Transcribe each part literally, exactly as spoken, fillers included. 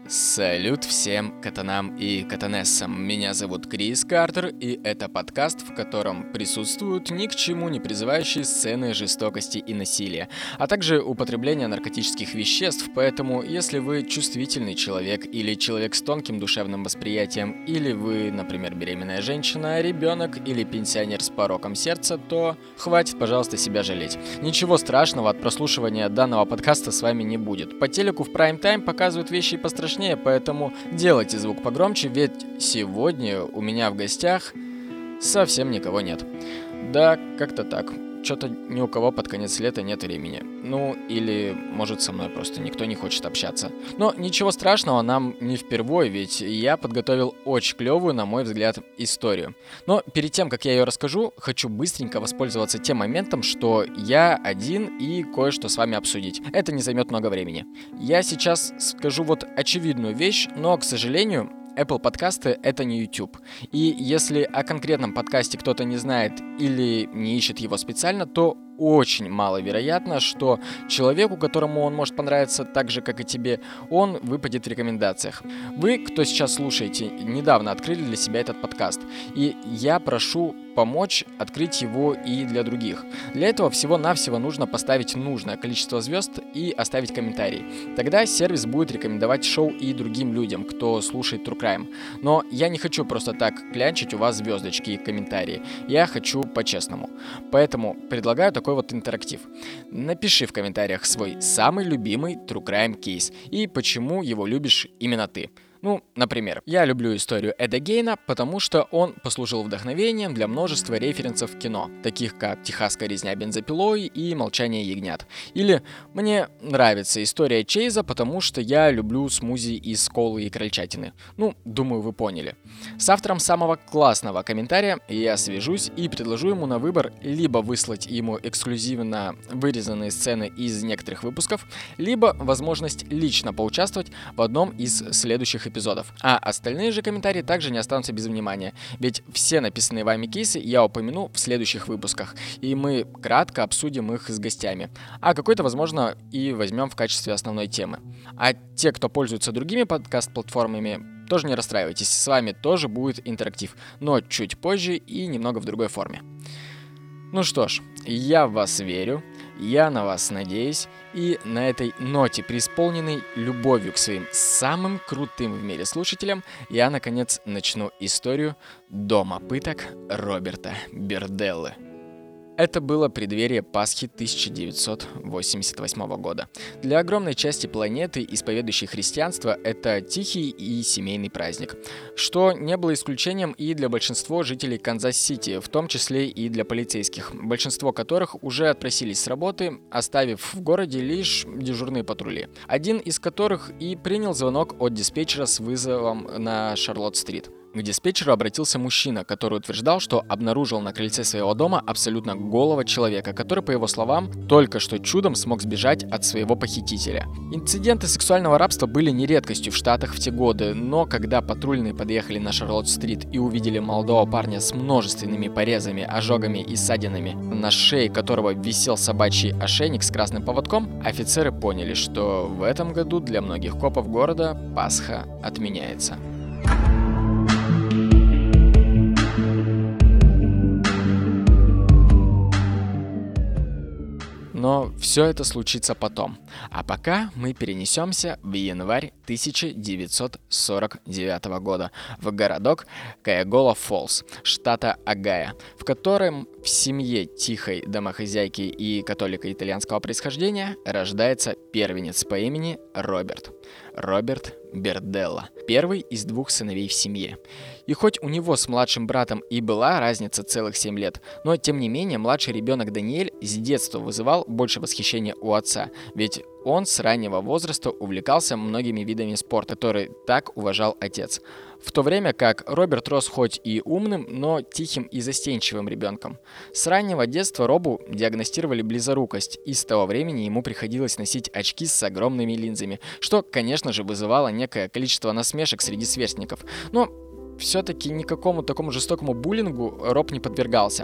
Салют всем катанам и катанессам. Меня зовут Крис Картер, и это подкаст, в котором присутствуют ни к чему не призывающие сцены жестокости и насилия, а также употребление наркотических веществ, поэтому если вы чувствительный человек или человек с тонким душевным восприятием, или вы, например, беременная женщина, ребенок или пенсионер с пороком сердца, то хватит, пожалуйста, себя жалеть. Ничего страшного от прослушивания данного подкаста с вами не будет. По телеку в прайм-тайм показывают вещи и пострашнее, поэтому делайте звук погромче, ведь сегодня у меня в гостях совсем никого нет. Да, как-то так. Что-то ни у кого под конец лета нет времени. Ну, или, может, со мной просто никто не хочет общаться. Но ничего страшного нам не впервой, ведь я подготовил очень клевую, на мой взгляд, историю. Но перед тем, как я ее расскажу, хочу быстренько воспользоваться тем моментом, что я один и кое-что с вами обсудить. Это не займет много времени. Я сейчас скажу вот очевидную вещь, но, к сожалению, Apple подкасты — это не YouTube. И если о конкретном подкасте кто-то не знает или не ищет его специально, то очень маловероятно, что человеку, которому он может понравиться так же, как и тебе, он выпадет в рекомендациях. Вы, кто сейчас слушаете, недавно открыли для себя этот подкаст, и я прошу помочь открыть его и для других. Для этого всего-навсего нужно поставить нужное количество звезд и оставить комментарий. Тогда сервис будет рекомендовать шоу и другим людям, кто слушает True Crime. Но я не хочу просто так клянчить у вас звездочки и комментарии. Я хочу по-честному. Поэтому предлагаю такой вот интерактив. Напиши в комментариях свой самый любимый True Crime кейс и почему его любишь именно ты. Ну, например, я люблю историю Эда Гейна, потому что он послужил вдохновением для множества референсов в кино, таких как «Техасская резня бензопилой» и «Молчание ягнят». Или мне нравится история Чейза, потому что я люблю смузи из колы и крольчатины. Ну, думаю, вы поняли. С автором самого классного комментария я свяжусь и предложу ему на выбор либо выслать ему эксклюзивно вырезанные сцены из некоторых выпусков, либо возможность лично поучаствовать в одном из следующих эпизодов. А остальные же комментарии также не останутся без внимания, ведь все написанные вами кейсы я упомяну в следующих выпусках, и мы кратко обсудим их с гостями, а какой-то, возможно, и возьмем в качестве основной темы. А те, кто пользуется другими подкаст-платформами, тоже не расстраивайтесь, с вами тоже будет интерактив, но чуть позже и немного в другой форме. Ну что ж, я в вас верю, я на вас надеюсь, и на этой ноте, преисполненной любовью к своим самым крутым в мире слушателям, я, наконец, начну историю «Дома пыток» Роберта Берделлы. Это было преддверие Пасхи тысяча девятьсот восемьдесят восьмого года. Для огромной части планеты, исповедующей христианство, это тихий и семейный праздник, что не было исключением и для большинства жителей Канзас-Сити, в том числе и для полицейских, большинство которых уже отпросились с работы, оставив в городе лишь дежурные патрули, один из которых и принял звонок от диспетчера с вызовом на Шарлотт-стрит. К диспетчеру обратился мужчина, который утверждал, что обнаружил на крыльце своего дома абсолютно голого человека, который, по его словам, только что чудом смог сбежать от своего похитителя. Инциденты сексуального рабства были не редкостью в Штатах в те годы, но когда патрульные подъехали на Шарлотт-стрит и увидели молодого парня с множественными порезами, ожогами и ссадинами, на шее которого висел собачий ошейник с красным поводком, офицеры поняли, что в этом году для многих копов города Пасха отменяется. Но все это случится потом. А пока мы перенесемся в январь тысяча девятьсот сорок девятого года в городок Каягола-Фоллс, штата Огайо, в котором в семье тихой домохозяйки и католика итальянского происхождения рождается первенец по имени Роберт. Роберт Берделла, первый из двух сыновей в семье. И хоть у него с младшим братом и была разница целых семь лет, но тем не менее младший ребенок Даниэль с детства вызывал больше восхищения у отца, ведь он с раннего возраста увлекался многими видами спорта, которые так уважал отец. В то время как Роберт рос хоть и умным, но тихим и застенчивым ребенком. С раннего детства Робу диагностировали близорукость, и с того времени ему приходилось носить очки с огромными линзами, что, конечно же, вызывало некое количество насмешек среди сверстников. Но все-таки никакому такому жестокому буллингу Роб не подвергался.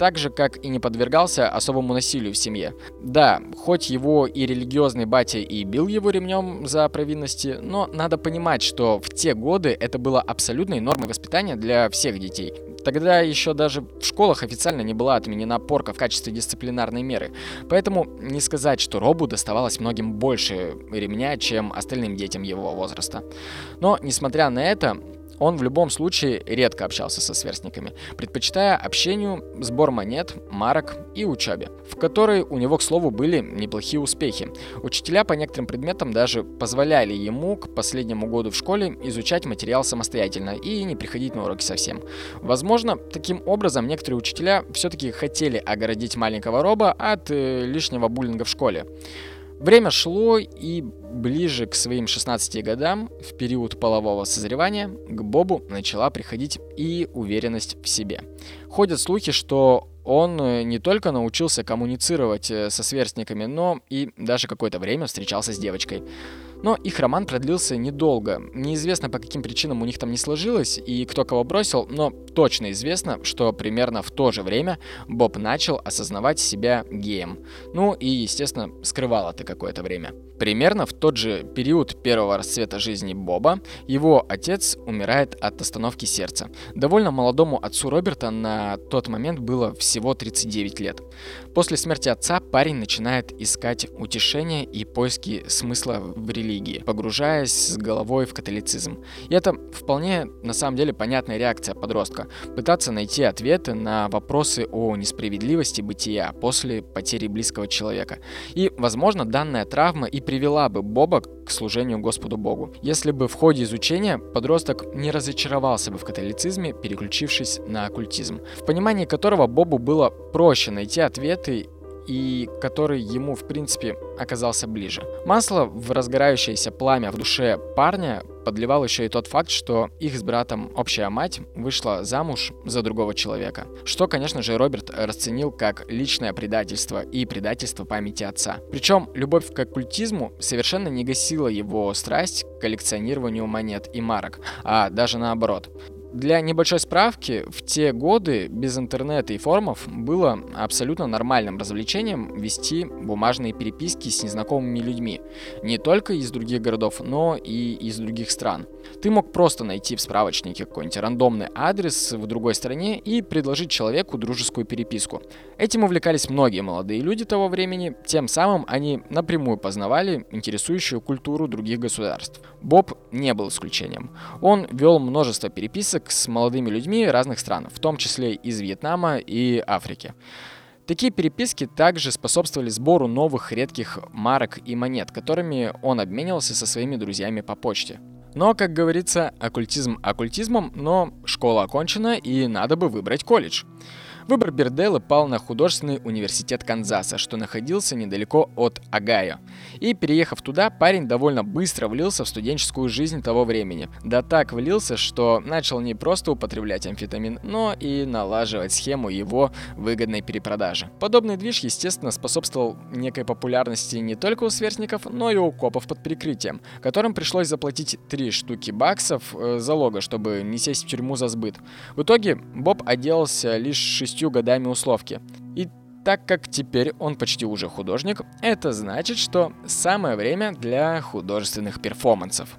так же, как и не подвергался особому насилию в семье. Да, хоть его и религиозный батя и бил его ремнем за провинности, но надо понимать, что в те годы это было абсолютной нормой воспитания для всех детей. Тогда еще даже в школах официально не была отменена порка в качестве дисциплинарной меры. Поэтому не сказать, что Робу доставалось многим больше ремня, чем остальным детям его возраста. Но, несмотря на это, он в любом случае редко общался со сверстниками, предпочитая общению сбор монет, марок и учебе, в которой у него, к слову, были неплохие успехи. Учителя по некоторым предметам даже позволяли ему к последнему году в школе изучать материал самостоятельно и не приходить на уроки совсем. Возможно, таким образом некоторые учителя все-таки хотели огородить маленького Роба от э, лишнего буллинга в школе. Время шло, и ближе к своим шестнадцати годам, в период полового созревания, к Бобу начала приходить и уверенность в себе. Ходят слухи, что он не только научился коммуницировать со сверстниками, но и даже какое-то время встречался с девочкой. Но их роман продлился недолго. Неизвестно, по каким причинам у них там не сложилось и кто кого бросил, но точно известно, что примерно в то же время Боб начал осознавать себя геем. Ну и, естественно, скрывал это какое-то время. Примерно в тот же период первого расцвета жизни Боба его отец умирает от остановки сердца. Довольно молодому отцу Роберта на тот момент было всего тридцать девять лет. После смерти отца парень начинает искать утешение и поиски смысла в религии, погружаясь с головой в католицизм. И это вполне, на самом деле, понятная реакция подростка – пытаться найти ответы на вопросы о несправедливости бытия после потери близкого человека. И, возможно, данная травма и привела бы Боба к служению Господу Богу, если бы в ходе изучения подросток не разочаровался бы в католицизме, переключившись на оккультизм, в понимании которого Бобу было проще найти ответы и который ему, в принципе, оказался ближе. Масло в разгорающееся пламя в душе парня подливал еще и тот факт, что их с братом общая мать вышла замуж за другого человека, что, конечно же, Роберт расценил как личное предательство и предательство памяти отца. Причем любовь к оккультизму совершенно не гасила его страсть к коллекционированию монет и марок, а даже наоборот. Для небольшой справки, в те годы без интернета и форумов было абсолютно нормальным развлечением вести бумажные переписки с незнакомыми людьми, не только из других городов, но и из других стран. Ты мог просто найти в справочнике какой-нибудь рандомный адрес в другой стране и предложить человеку дружескую переписку. Этим увлекались многие молодые люди того времени, тем самым они напрямую познавали интересующую культуру других государств. Боб не был исключением. Он вел множество переписок с молодыми людьми разных стран, в том числе из Вьетнама и Африки. Такие переписки также способствовали сбору новых редких марок и монет, которыми он обменивался со своими друзьями по почте. Но, как говорится, оккультизм оккультизмом, но школа окончена и надо бы выбрать колледж. Выбор Берделы пал на художественный университет Канзаса, что находился недалеко от Огайо. И, переехав туда, парень довольно быстро влился в студенческую жизнь того времени. Да так влился, что начал не просто употреблять амфетамин, но и налаживать схему его выгодной перепродажи. Подобный движ, естественно, способствовал некой популярности не только у сверстников, но и у копов под прикрытием, которым пришлось заплатить три штуки баксов э, залога, чтобы не сесть в тюрьму за сбыт. В итоге Боб отделался лишь шестью годами условки. И так как теперь он почти уже художник, это значит, что самое время для художественных перформансов.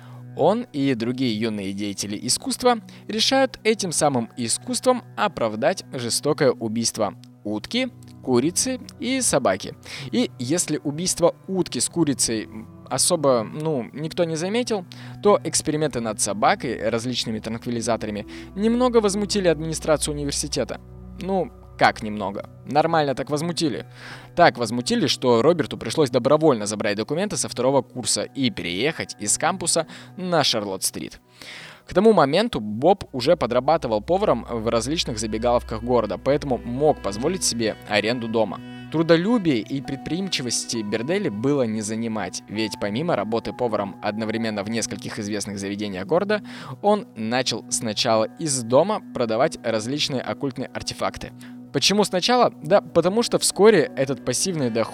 Он и другие юные деятели искусства решают этим самым искусством оправдать жестокое убийство утки, курицы и собаки. И если убийство утки с курицей особо, ну, никто не заметил, то эксперименты над собакой различными транквилизаторами немного возмутили администрацию университета. Ну, как немного? Нормально так возмутили. Так возмутили, что Роберту пришлось добровольно забрать документы со второго курса и переехать из кампуса на Шарлотт-стрит. К тому моменту Боб уже подрабатывал поваром в различных забегаловках города, поэтому мог позволить себе аренду дома. Трудолюбие и предприимчивости Бердели было не занимать, ведь помимо работы поваром одновременно в нескольких известных заведениях города, он начал сначала из дома продавать различные оккультные артефакты. Почему сначала? Да потому что вскоре этот пассивный доход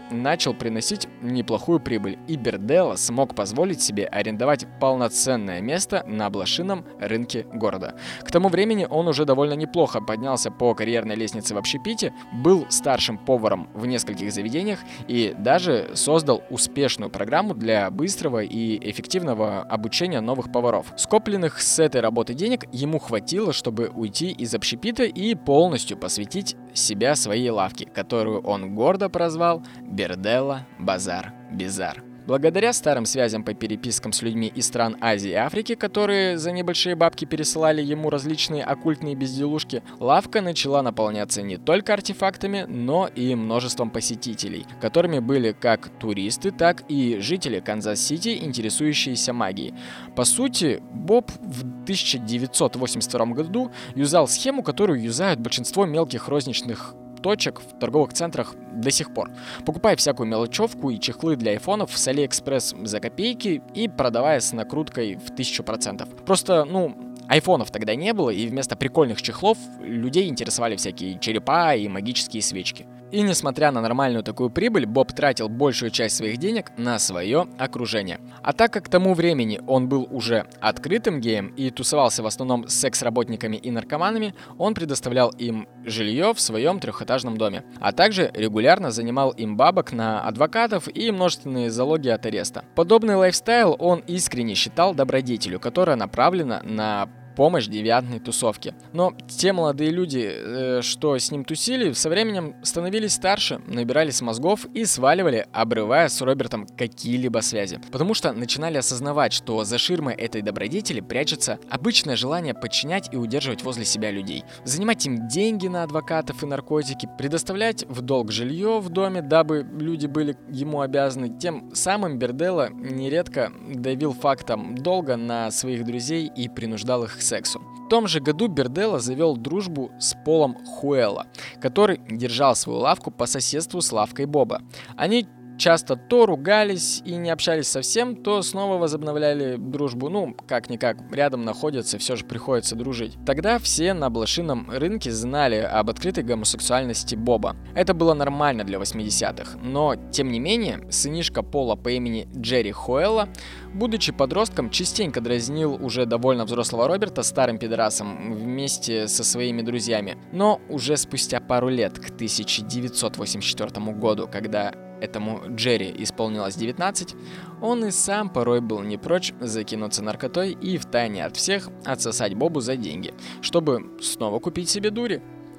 начал приносить неплохую прибыль, и Берделла смог позволить себе арендовать полноценное место на блошином рынке города. К тому времени он уже довольно неплохо поднялся по карьерной лестнице в общепите, был старшим поваром в нескольких заведениях и даже создал успешную программу для быстрого и эффективного обучения новых поваров. Скопленных с этой работы денег ему хватило, чтобы уйти из общепита и полностью посвятить себя своей лавке, которую он гордо прозвал «Берделла Базар Бизар». Благодаря старым связям по перепискам с людьми из стран Азии и Африки, которые за небольшие бабки пересылали ему различные оккультные безделушки, лавка начала наполняться не только артефактами, но и множеством посетителей, которыми были как туристы, так и жители Канзас-Сити, интересующиеся магией. По сути, Боб в тысяча девятьсот восемьдесят втором году юзал схему, которую юзают большинство мелких розничных точек в торговых центрах до сих пор, покупая всякую мелочевку и чехлы для айфонов с Алиэкспресс за копейки и продавая с накруткой в тысячу процентов. Просто, ну, айфонов тогда не было, и вместо прикольных чехлов людей интересовали всякие черепа и магические свечки. И несмотря на нормальную такую прибыль, Боб тратил большую часть своих денег на свое окружение. А так как к тому времени он был уже открытым геем и тусовался в основном с секс-работниками и наркоманами, он предоставлял им жилье в своем трехэтажном доме, а также регулярно занимал им бабок на адвокатов и множественные залоги от ареста. Подобный лайфстайл он искренне считал добродетелью, которая направлена на помощь девиантной тусовке. Но те молодые люди, э, что с ним тусили, со временем становились старше, набирались мозгов и сваливали, обрывая с Робертом какие-либо связи. Потому что начинали осознавать, что за ширмой этой добродетели прячется обычное желание подчинять и удерживать возле себя людей, занимать им деньги на адвокатов и наркотики, предоставлять в долг жилье в доме, дабы люди были ему обязаны. Тем самым Берделла нередко давил фактом долга на своих друзей и принуждал их к сексу. В том же году Берделла завел дружбу с Полом Хуэлло, который держал свою лавку по соседству с лавкой Боба. Они часто то ругались и не общались совсем, то снова возобновляли дружбу. Ну, как-никак, рядом находятся, все же приходится дружить. Тогда все на блошином рынке знали об открытой гомосексуальности Боба. Это было нормально для восьмидесятых, но, тем не менее, сынишка Пола по имени Джерри Хуэлло, будучи подростком, частенько дразнил уже довольно взрослого Роберта старым пидорасом вместе со своими друзьями. Но уже спустя пару лет, к тысяча девятьсот восемьдесят четвёртому году, когда этому Джерри исполнилось девятнадцать, он и сам порой был не прочь закинуться наркотой и втайне от всех отсосать Бобу за деньги, чтобы снова купить себе дури.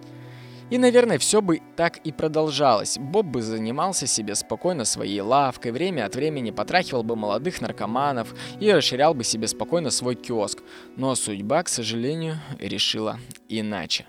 И, наверное, все бы так и продолжалось. Боб бы занимался себе спокойно своей лавкой, время от времени потрахивал бы молодых наркоманов и расширял бы себе спокойно свой киоск. Но судьба, к сожалению, решила иначе.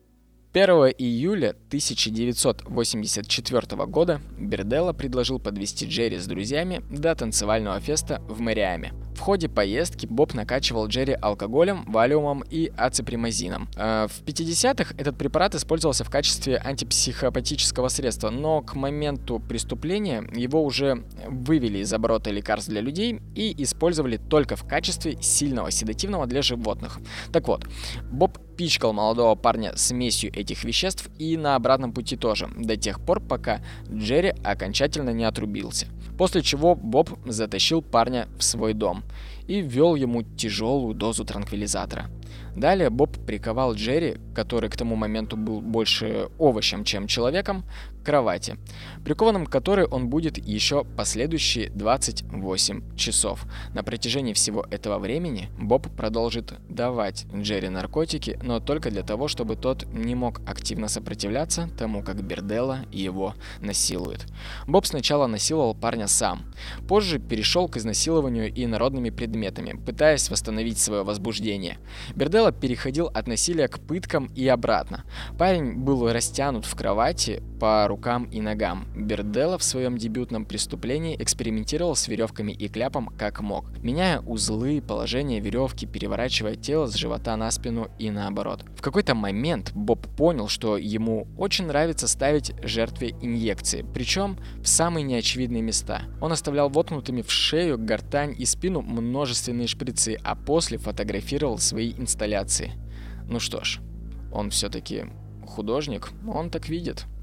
первого июля тысяча девятьсот восемьдесят четвёртого года Берделла предложил подвести Джерри с друзьями до танцевального феста в Мариаме. В ходе поездки Боб накачивал Джерри алкоголем, валиумом и аципримазином. В пятидесятых этот препарат использовался в качестве антипсихопатического средства, но к моменту преступления его уже вывели из оборота лекарств для людей и использовали только в качестве сильного седативного для животных. Так вот, Боб пичкал молодого парня смесью этих веществ и на обратном пути тоже, до тех пор, пока Джерри окончательно не отрубился. После чего Боб затащил парня в свой дом и ввел ему тяжелую дозу транквилизатора. Далее Боб приковал Джерри, который к тому моменту был больше овощем, чем человеком, к кровати, прикованным к которой он будет еще последующие двадцать восемь часов. На протяжении всего этого времени Боб продолжит давать Джерри наркотики, но только для того, чтобы тот не мог активно сопротивляться тому, как Берделла его насилует. Боб сначала насиловал парня сам, позже перешел к изнасилованию и народными предметами, пытаясь восстановить свое возбуждение. Берделла переходил от насилия к пыткам и обратно. Парень был растянут в кровати по рукам и ногам. Берделла в своем дебютном преступлении экспериментировал с веревками и кляпом как мог, меняя узлы, положение веревки, переворачивая тело с живота на спину и наоборот. В какой-то момент Боб понял, что ему очень нравится ставить жертве инъекции, причем в самые неочевидные места. Он оставлял воткнутыми в шею, гортань и спину множественные шприцы, а после фотографировал свои инсталляции. Ну что ж, он все-таки художник, он так видит.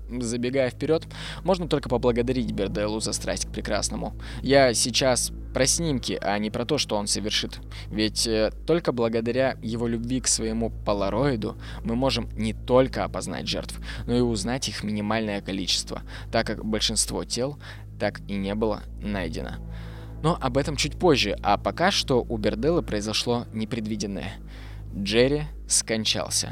Забегая вперед, можно только поблагодарить Берделлу за страсть к прекрасному. Я сейчас про снимки, а не про то, что он совершит. Ведь э, только благодаря его любви к своему полароиду мы можем не только опознать жертв, но и узнать их минимальное количество, так как большинство тел так и не было найдено. Но об этом чуть позже, а пока что у Берделлы произошло непредвиденное. Джерри скончался.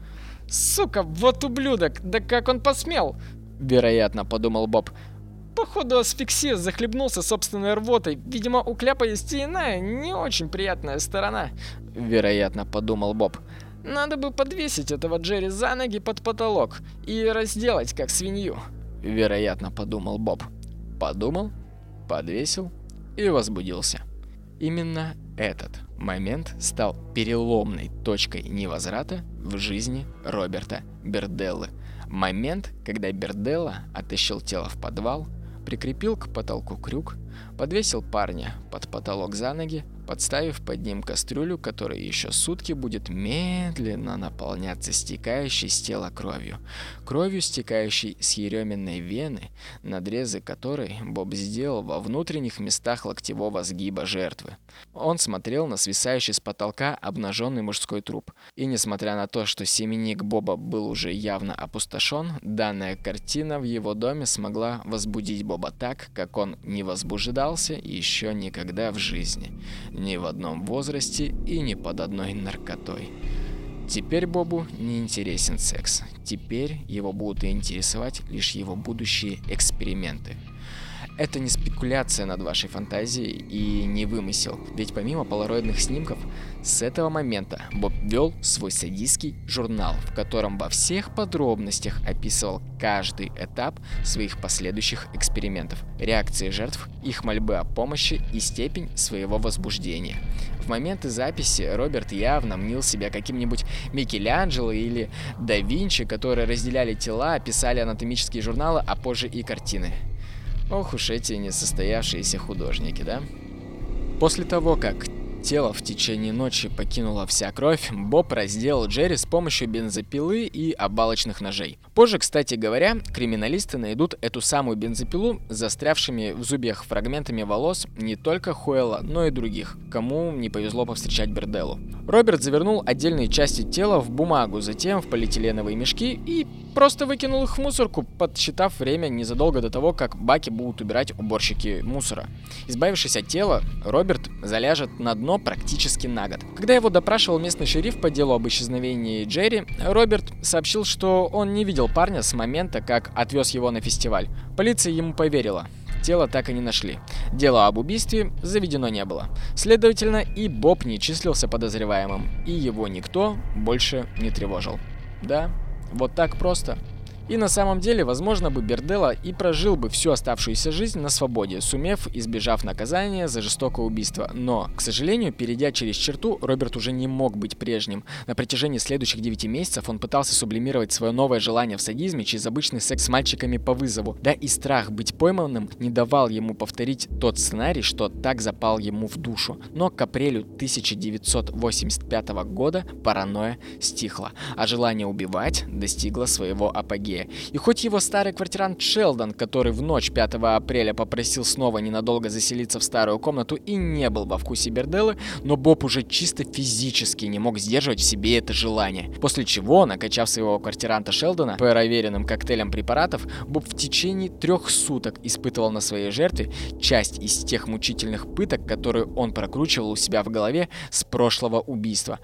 «Сука, вот ублюдок! Да как он посмел?» Вероятно, подумал Боб. «Походу асфиксия, захлебнулся собственной рвотой. Видимо, у кляпа есть и иная, не очень приятная сторона». Вероятно, подумал Боб. «Надо бы подвесить этого Джерри за ноги под потолок и разделать, как свинью». Вероятно, подумал Боб. Подумал, подвесил и возбудился. Именно этот момент стал переломной точкой невозврата в жизни Роберта Берделлы. Момент, когда Берделла оттащил тело в подвал, прикрепил к потолку крюк, подвесил парня под потолок за ноги, подставив под ним кастрюлю, которая еще сутки будет медленно наполняться стекающей с тела кровью. Кровью, стекающей с еременной вены, надрезы которой Боб сделал во внутренних местах локтевого сгиба жертвы. Он смотрел на свисающий с потолка обнаженный мужской труп. И несмотря на то, что семенник Боба был уже явно опустошен, данная картина в его доме смогла возбудить Боба так, как он не возбуждался еще никогда в жизни. Ни в одном возрасте и ни под одной наркотой. Теперь Бобу не интересен секс. Теперь его будут интересовать лишь его будущие эксперименты. Это не спекуляция над вашей фантазией и не вымысел, ведь помимо полароидных снимков, с этого момента Боб вел свой садистский журнал, в котором во всех подробностях описывал каждый этап своих последующих экспериментов, реакции жертв, их мольбы о помощи и степень своего возбуждения. В моменты записи Роберт явно мнил себя каким-нибудь Микеланджело или да Винчи, которые разделяли тела, писали анатомические журналы, а позже и картины. Ох уж эти несостоявшиеся художники, да? После того, как тело в течение ночи покинула вся кровь, Боб разделал Джерри с помощью бензопилы и обвалочных ножей. Позже, кстати говоря, криминалисты найдут эту самую бензопилу с застрявшими в зубьях фрагментами волос не только Хуэла, но и других, кому не повезло повстречать Берделлу. Роберт завернул отдельные части тела в бумагу, затем в полиэтиленовые мешки и просто выкинул их в мусорку, подсчитав время незадолго до того, как баки будут убирать уборщики мусора. Избавившись от тела, Роберт заляжет на дно практически на год. Когда его допрашивал местный шериф по делу об исчезновении Джерри, Роберт сообщил, что он не видел парня с момента, как отвез его на фестиваль. Полиция ему поверила. Тело так и не нашли. Дело об убийстве заведено не было. Следовательно, и Боб не числился подозреваемым, и его никто больше не тревожил. Да, вот так просто. И на самом деле, возможно бы Берделла и прожил бы всю оставшуюся жизнь на свободе, сумев избежав наказания за жестокое убийство. Но, к сожалению, перейдя через черту, Роберт уже не мог быть прежним. На протяжении следующих девяти месяцев он пытался сублимировать свое новое желание в садизме через обычный секс с мальчиками по вызову. Да и страх быть пойманным не давал ему повторить тот сценарий, что так запал ему в душу. Но к апрелю тысяча девятьсот восемьдесят пятого года паранойя стихла, а желание убивать достигло своего апогея. И хоть его старый квартирант Шелдон, который в ночь пятого апреля попросил снова ненадолго заселиться в старую комнату и не был во вкусе Берделлы, но Боб уже чисто физически не мог сдерживать в себе это желание. После чего, накачав своего квартиранта Шелдона проверенным коктейлем препаратов, Боб в течение трех суток испытывал на своей жертве часть из тех мучительных пыток, которые он прокручивал у себя в голове с прошлого убийства.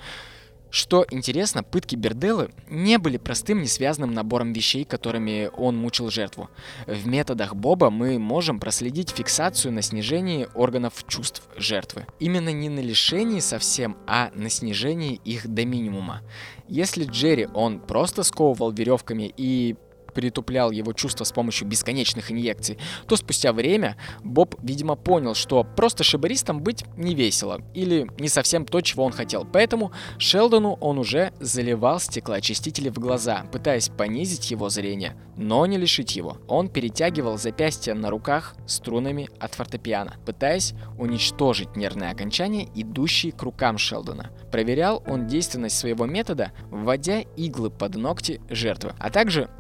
Что интересно, пытки Берделлы не были простым несвязанным набором вещей, которыми он мучил жертву. В методах Боба мы можем проследить фиксацию на снижении органов чувств жертвы. Именно не на лишении совсем, а на снижении их до минимума. Если Джерри он просто сковывал веревками и притуплял его чувства с помощью бесконечных инъекций, то спустя время Боб, видимо, понял, что просто шибаристом быть не весело или не совсем то, чего он хотел. Поэтому Шелдону он уже заливал стеклоочистители в глаза, пытаясь понизить его зрение, но не лишить его. Он перетягивал запястья на руках струнами от фортепиано, пытаясь уничтожить нервные окончания, идущие к рукам Шелдона. Проверял он действенность своего метода, вводя иглы под ногти жертвы, а также заливал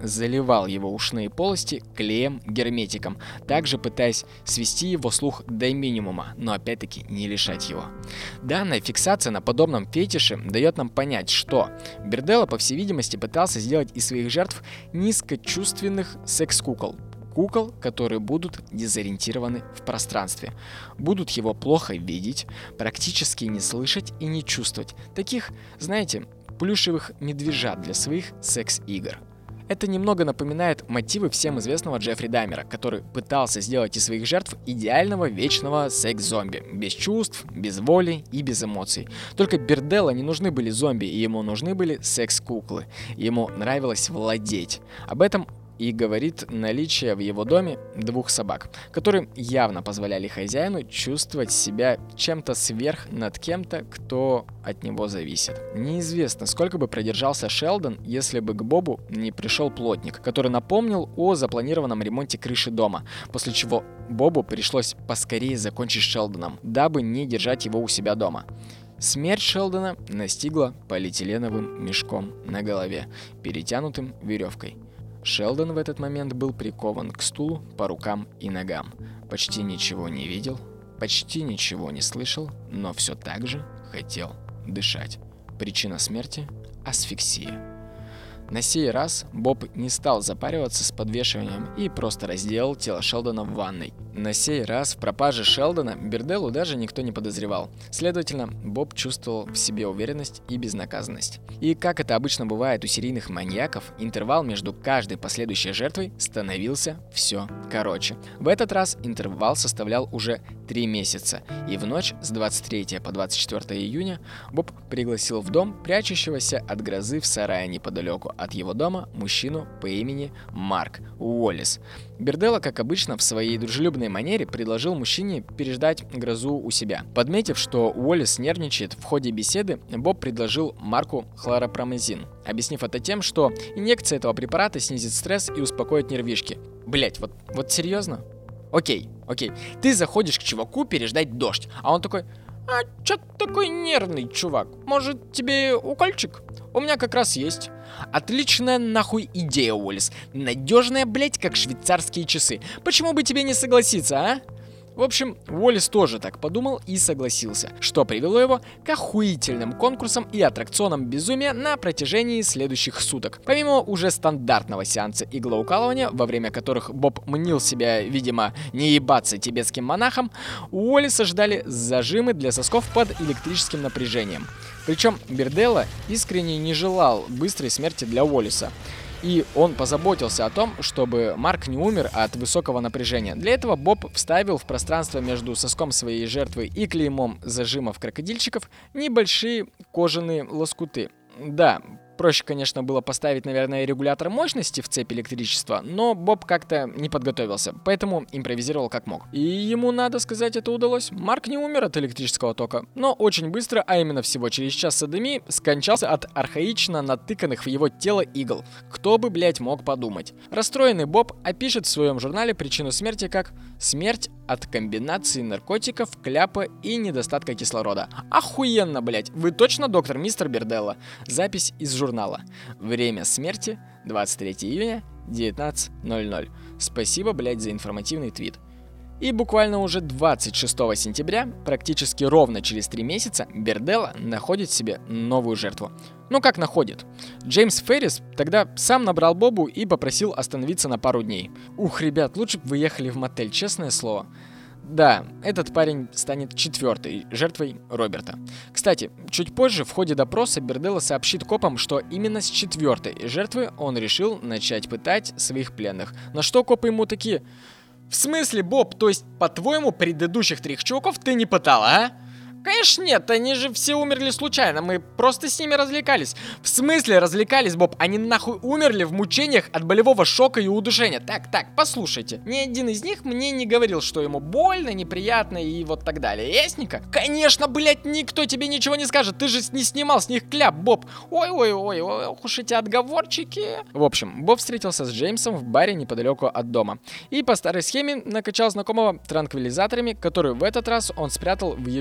заливал его ушные полости клеем-герметиком, также пытаясь свести его слух до минимума, но опять-таки не лишать его. Данная фиксация на подобном фетише дает нам понять, что Берделло, по всей видимости, пытался сделать из своих жертв низкочувственных секс-кукол. Кукол, которые будут дезориентированы в пространстве, будут его плохо видеть, практически не слышать и не чувствовать. Таких, знаете, плюшевых медвежат для своих секс-игр. Это немного напоминает мотивы всем известного Джеффри Даммера, который пытался сделать из своих жертв идеального вечного секс-зомби, без чувств, без воли и без эмоций. Только Берделло не нужны были зомби, и ему нужны были секс-куклы. Ему нравилось владеть. Об этом и говорит наличие в его доме двух собак, которые явно позволяли хозяину чувствовать себя чем-то сверх над кем-то, кто от него зависит. Неизвестно, сколько бы продержался Шелдон, если бы к Бобу не пришел плотник, который напомнил о запланированном ремонте крыши дома, после чего Бобу пришлось поскорее закончить с Шелдоном, дабы не держать его у себя дома. Смерть Шелдона настигла полиэтиленовым мешком на голове, перетянутым веревкой. Шелдон в этот момент был прикован к стулу по рукам и ногам. Почти ничего не видел, почти ничего не слышал, но все так же хотел дышать. Причина смерти – асфиксия. На сей раз Боб не стал запариваться с подвешиванием и просто разделал тело Шелдона в ванной. На сей раз в пропаже Шелдона Берделлу даже никто не подозревал. Следовательно, Боб чувствовал в себе уверенность и безнаказанность. И как это обычно бывает у серийных маньяков, интервал между каждой последующей жертвой становился все короче. В этот раз интервал составлял уже три месяца, и в ночь с двадцать третьего по двадцать четвёртое июня Боб пригласил в дом прячущегося от грозы в сарае неподалеку от его дома мужчину по имени Марк Уоллес. Берделло, как обычно, в своей дружелюбной манере предложил мужчине переждать грозу у себя. Подметив, что Уоллес нервничает, в ходе беседы Боб предложил Марку хлоропромазин, объяснив это тем, что инъекция этого препарата снизит стресс и успокоит нервишки. Блять, вот, вот серьезно? Окей, окей, ты заходишь к чуваку переждать дождь, а он такой: а чё ты такой нервный, чувак? Может, тебе укольчик? У меня как раз есть. Отличная нахуй идея, Уоллес. Надежная, блять, как швейцарские часы. Почему бы тебе не согласиться, а? В общем, Уоллес тоже так подумал и согласился, что привело его к охуительным конкурсам и аттракционам безумия на протяжении следующих суток. Помимо уже стандартного сеанса иглоукалывания, во время которых Боб мнил себя, видимо, не ебаться тибетским монахом, у Уоллеса ждали зажимы для сосков под электрическим напряжением. Причем Берделло искренне не желал быстрой смерти для Уоллеса. И он позаботился о том, чтобы Марк не умер от высокого напряжения. Для этого Боб вставил в пространство между соском своей жертвы и клеймом зажимов крокодильчиков небольшие кожаные лоскуты. Да, проще, конечно, было поставить, наверное, регулятор мощности в цепь электричества, но Боб как-то не подготовился, поэтому импровизировал как мог. И ему, надо сказать, это удалось. Марк не умер от электрического тока, но очень быстро, а именно всего через час садомии, скончался от архаично натыканных в его тело игл. Кто бы, блять, мог подумать. Расстроенный Боб опишет в своем журнале причину смерти как «смерть от комбинации наркотиков, кляпа и недостатка кислорода». Охуенно, блять. Вы точно доктор, мистер Берделло? Запись из журнала. Время смерти двадцать третьего июня, девятнадцать ноль ноль. Спасибо, блять, за информативный твит. И буквально уже двадцать шестого сентября, практически ровно через три месяца, Берделло находит себе новую жертву. Ну как находит? Джеймс Феррис тогда сам набрал Бобу и попросил остановиться на пару дней. Ух, ребят, лучше бы вы ехали в мотель, честное слово. Да, этот парень станет четвертой жертвой Роберта. Кстати, чуть позже в ходе допроса Берделло сообщит копам, что именно с четвертой жертвы он решил начать пытать своих пленных. На что копы ему такие: в смысле, Боб, то есть, по-твоему, предыдущих трех чуваков ты не пытал, а? Конечно нет, они же все умерли случайно, мы просто с ними развлекались. В смысле развлекались, Боб? Они нахуй умерли в мучениях от болевого шока и удушения. Так, так, послушайте, ни один из них мне не говорил, что ему больно, неприятно и вот так далее. Ясненько? Конечно, блять, никто тебе ничего не скажет, ты же не снимал с них кляп, Боб. Ой-ой-ой, ох уж эти отговорчики. В общем, Боб встретился с Джеймсом в баре неподалеку от дома и по старой схеме накачал знакомого транквилизаторами, которые в этот раз он спрятал в еду Ферриса.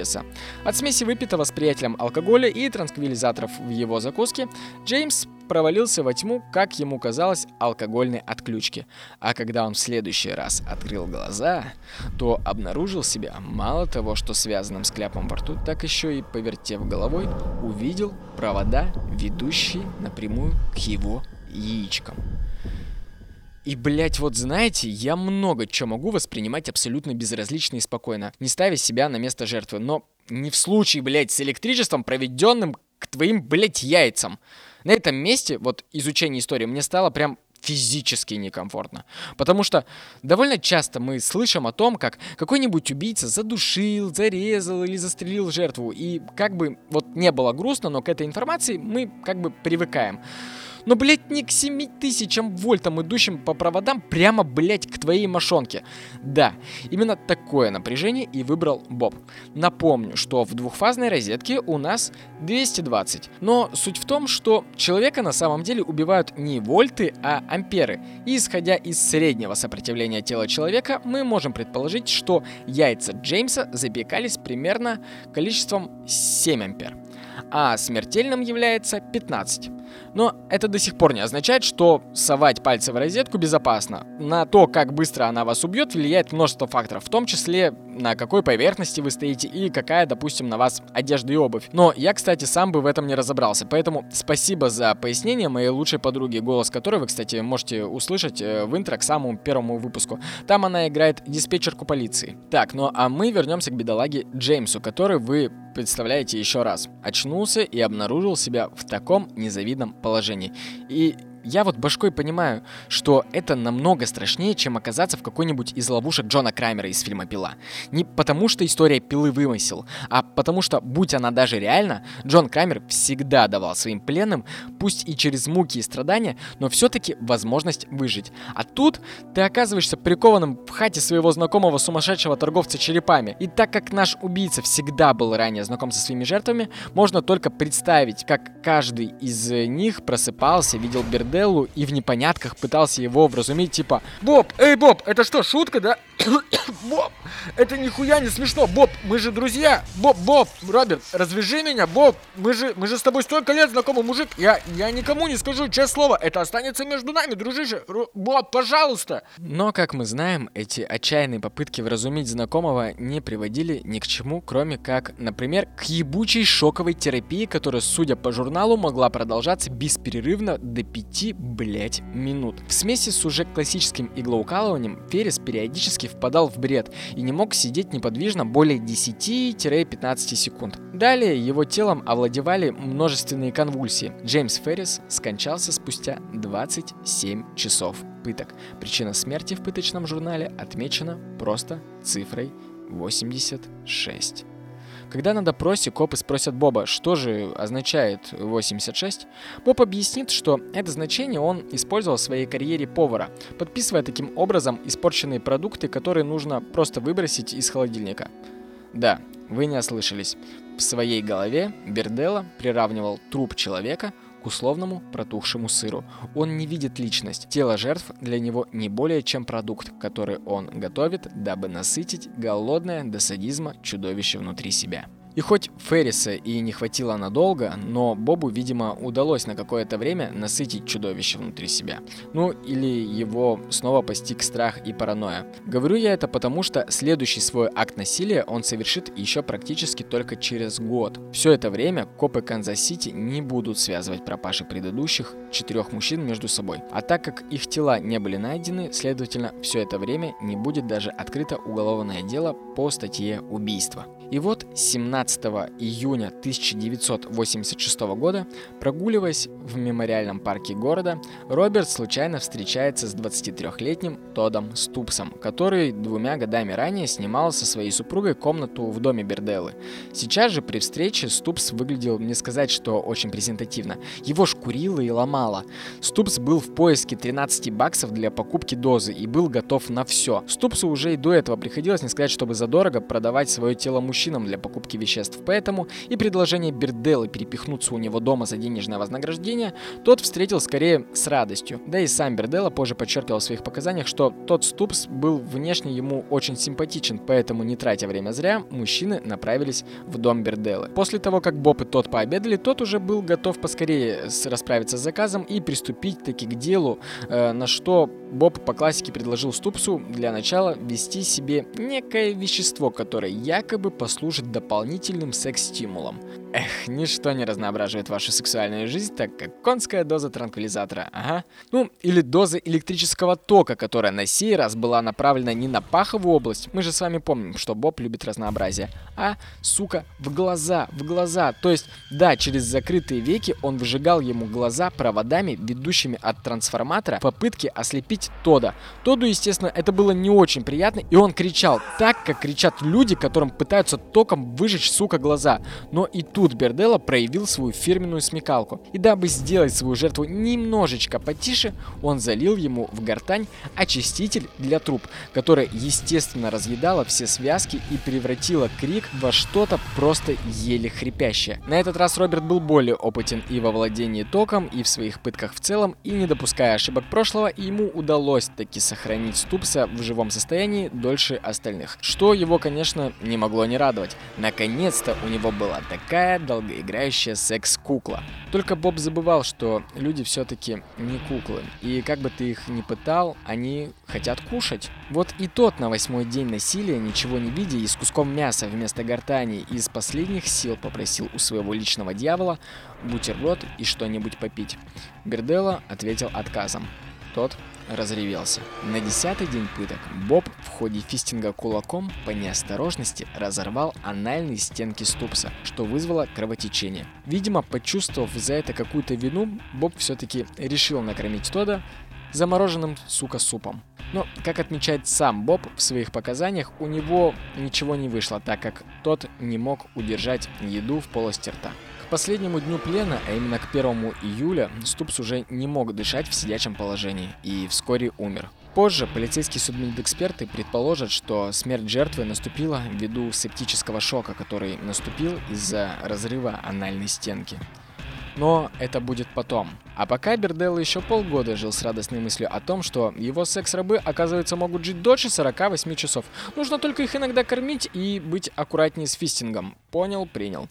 ужаса. От смеси выпитого с приятелем алкоголя и транквилизаторов в его закуске Джеймс провалился во тьму, как ему казалось, алкогольной отключки. А когда он в следующий раз открыл глаза, то обнаружил себя мало того, что связанным с кляпом во рту, так еще и, повертев головой, увидел провода, ведущие напрямую к его яичкам. И, блять, вот знаете, я много чего могу воспринимать абсолютно безразлично и спокойно, не ставя себя на место жертвы, но не в случае, блять, с электричеством, проведенным к твоим, блять, яйцам. На этом месте, вот, изучение истории мне стало прям физически некомфортно. Потому что довольно часто мы слышим о том, как какой-нибудь убийца задушил, зарезал или застрелил жертву. И как бы вот не было грустно, но к этой информации мы как бы привыкаем. Но, блядь, не к семи тысячам вольтам, идущим по проводам прямо, блядь, к твоей мошонке. Да, именно такое напряжение и выбрал Боб. Напомню, что в двухфазной розетке у нас двести двадцать. Но суть в том, что человека на самом деле убивают не вольты, а амперы. И исходя из среднего сопротивления тела человека, мы можем предположить, что яйца Джеймса запекались примерно количеством семь ампер. А смертельным является пятнадцать. Но это до сих пор не означает, что совать пальцы в розетку безопасно. На то, как быстро она вас убьет, влияет множество факторов, в том числе на какой поверхности вы стоите и какая, допустим, на вас одежда и обувь. Но я, кстати, сам бы в этом не разобрался, поэтому спасибо за пояснение моей лучшей подруги, голос которой вы, кстати, можете услышать в интро к самому первому выпуску. Там она играет диспетчерку полиции. Так, ну а мы вернемся к бедолаге Джеймсу, который вы представляете еще раз. Очнулся и обнаружил себя в таком незавидном положении. И я вот башкой понимаю, что это намного страшнее, чем оказаться в какой-нибудь из ловушек Джона Крамера из фильма «Пила». Не потому, что история Пилы вымысел, а потому что, будь она даже реальна, Джон Крамер всегда давал своим пленным, пусть и через муки и страдания, но все-таки возможность выжить. А тут ты оказываешься прикованным в хате своего знакомого сумасшедшего торговца черепами. И так как наш убийца всегда был ранее знаком со своими жертвами, можно только представить, как каждый из них просыпался, видел Берделлу и в непонятках пытался его вразумить, типа: «Боб, эй, Боб, это что, шутка, да? Боб, это нихуя не смешно, Боб, мы же друзья, Боб, Боб, Роберт, развяжи меня, Боб, мы же, мы же с тобой столько лет знакомы, мужик, я, я никому не скажу, честное слово, это останется между нами, дружище, Ру- Боб, пожалуйста». Но, как мы знаем, эти отчаянные попытки вразумить знакомого не приводили ни к чему, кроме как, например, к ебучей шоковой терапии, которая, судя по журналу, могла продолжаться бесперерывно до пяти, блять, минут. В смеси с уже классическим иглоукалыванием Феррис периодически впадал в бред и не мог сидеть неподвижно более десяти-пятнадцати секунд. Далее его телом овладевали множественные конвульсии. Джеймс Феррис скончался спустя двадцать семь часов пыток. Причина смерти в пыточном журнале отмечена просто цифрой восемьдесят шесть. Когда на допросе копы спросят Боба, что же означает восемьдесят шесть, Боб объяснит, что это значение он использовал в своей карьере повара, подписывая таким образом испорченные продукты, которые нужно просто выбросить из холодильника. Да, вы не ослышались. В своей голове Берделла приравнивал труп человека к условному протухшему сыру. Он не видит личность. Тело жертв для него не более чем продукт, который он готовит, дабы насытить голодное до садизма чудовище внутри себя. И хоть Ферриса и не хватило надолго, но Бобу, видимо, удалось на какое-то время насытить чудовище внутри себя. Ну, или его снова постиг страх и паранойя. Говорю я это потому, что следующий свой акт насилия он совершит еще практически только через год. Все это время копы Канзас-Сити не будут связывать пропажи предыдущих четырех мужчин между собой. А так как их тела не были найдены, следовательно, все это время не будет даже открыто уголовное дело по статье «Убийство». И вот семнадцатого июня тысяча девятьсот восемьдесят шестого года, прогуливаясь в мемориальном парке города, Роберт случайно встречается с двадцатитрёхлетним Тодом Ступсом, который двумя годами ранее снимал со своей супругой комнату в доме Берделлы. Сейчас же при встрече Ступс выглядел, не сказать, что очень презентативно. Его шкурило и ломало. Ступс был в поиске тринадцати баксов для покупки дозы и был готов на все. Ступсу уже и до этого приходилось, не сказать, чтобы задорого, продавать свое тело мужчинам для покупки вещей веществ. Поэтому и предложение Берделлы перепихнуться у него дома за денежное вознаграждение тот встретил скорее с радостью. Да и сам Берделла позже подчеркивал в своих показаниях, что тот Ступс был внешне ему очень симпатичен, поэтому, не тратя время зря, мужчины направились в дом Берделлы. После того, как Боб и тот пообедали, тот уже был готов поскорее расправиться с заказом и приступить таки к делу, э, на что Боб по классике предложил Ступсу для начала ввести себе некое вещество, которое якобы послужит дополнительным секс-стимулом. Эх, ничто не разноображивает вашу сексуальную жизнь, так как конская доза транквилизатора, ага. Ну, или доза электрического тока, которая на сей раз была направлена не на паховую область, мы же с вами помним, что Боб любит разнообразие, а, сука, в глаза, в глаза. То есть, да, через закрытые веки он выжигал ему глаза проводами, ведущими от трансформатора, в попытке ослепить Тода. Тоду, естественно, это было не очень приятно, и он кричал так, как кричат люди, которым пытаются током выжечь, сука, глаза. Но и тут Берделла проявил свою фирменную смекалку. И дабы сделать свою жертву немножечко потише, он залил ему в гортань очиститель для труб, которое, естественно, разъедало все связки и превратило крик во что-то просто еле хрипящее. На этот раз Роберт был более опытен и во владении током, и в своих пытках в целом, и не допуская ошибок прошлого, ему удалось таки сохранить Ступса в живом состоянии дольше остальных, что его, конечно, не могло не радовать. Наконец-то у него была такая долгоиграющая секс-кукла. Только Боб забывал, что люди все-таки не куклы, и как бы ты их ни пытал, они хотят кушать. Вот и тот на восьмой день насилия, ничего не видя и с куском мяса вместо гортани, из последних сил попросил у своего личного дьявола бутерброд и что-нибудь попить. Берделла ответил отказом. Тот разревелся. На десятый день пыток Боб в ходе фистинга кулаком по неосторожности разорвал анальные стенки Ступса, что вызвало кровотечение. Видимо, почувствовав за это какую-то вину, Боб все-таки решил накормить Тода замороженным, сука, супом. Но, как отмечает сам Боб в своих показаниях, у него ничего не вышло, так как тот не мог удержать еду в полости рта. К последнему дню плена, а именно к первому июля, Ступс уже не мог дышать в сидячем положении и вскоре умер. Позже полицейские судмедэксперты предположат, что смерть жертвы наступила ввиду септического шока, который наступил из-за разрыва анальной стенки. Но это будет потом. А пока Берделла еще полгода жил с радостной мыслью о том, что его секс-рабы, оказывается, могут жить дольше сорока восьми часов. Нужно только их иногда кормить и быть аккуратнее с фистингом. Понял, принял.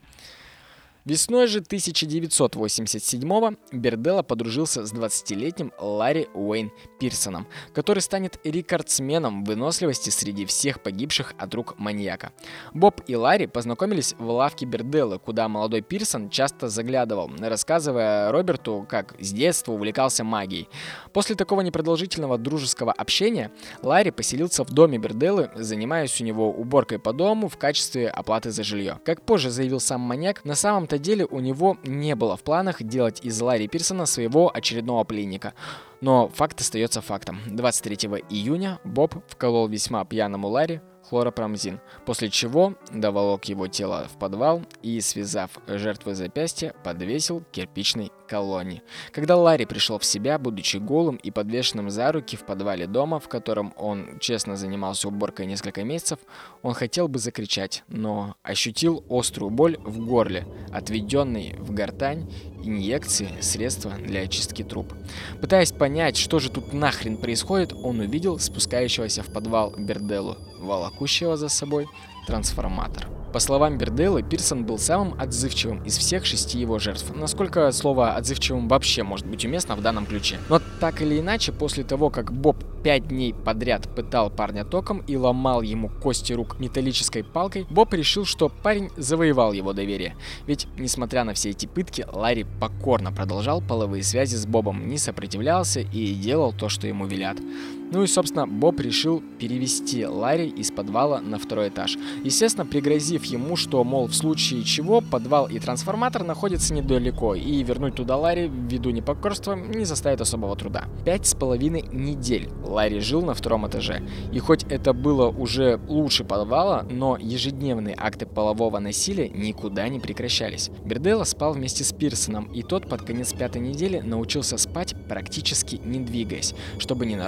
Весной же тысяча девятьсот восемьдесят седьмого Берделла подружился с двадцатилетним Ларри Уэйн Пирсоном, который станет рекордсменом выносливости среди всех погибших от рук маньяка. Боб и Ларри познакомились в лавке Берделлы, куда молодой Пирсон часто заглядывал, рассказывая Роберту, как с детства увлекался магией. После такого непродолжительного дружеского общения Ларри поселился в доме Берделлы, занимаясь у него уборкой по дому в качестве оплаты за жилье. Как позже заявил сам маньяк, на самом-то деле у него не было в планах делать из Ларри Пирсона своего очередного пленника. Но факт остается фактом. двадцать третьего июня Боб вколол весьма пьяному Ларри хлоропромзин, после чего доволок его тело в подвал и, связав жертвы запястья, подвесил к кирпичной колонне. Когда Ларри пришел в себя, будучи голым и подвешенным за руки в подвале дома, в котором он честно занимался уборкой несколько месяцев, он хотел бы закричать, но ощутил острую боль в горле, отведенной в гортань инъекции средства для очистки труб. Пытаясь понять, что же тут нахрен происходит, он увидел спускающегося в подвал Берделлу, волокущего за собой трансформатор. По словам Берделлы, Пирсон был самым отзывчивым из всех шести его жертв. Насколько слово «отзывчивым» вообще может быть уместно в данном ключе. Но так или иначе, после того, как Боб пять дней подряд пытал парня током и ломал ему кости рук металлической палкой, Боб решил, что парень завоевал его доверие. Ведь, несмотря на все эти пытки, Ларри покорно продолжал половые связи с Бобом, не сопротивлялся и делал то, что ему велят. Ну и, собственно, Боб решил перевести Ларри из подвала на второй этаж. Естественно, пригрозив ему, что, мол, в случае чего подвал и трансформатор находятся недалеко, и вернуть туда Ларри ввиду непокорства не составит особого труда. Пять с половиной недель Ларри жил на втором этаже, и хоть это было уже лучше подвала, но ежедневные акты полового насилия никуда не прекращались. Берделла спал вместе с Пирсоном, и тот под конец пятой недели научился спать практически не двигаясь, чтобы ненароком не подвергнуться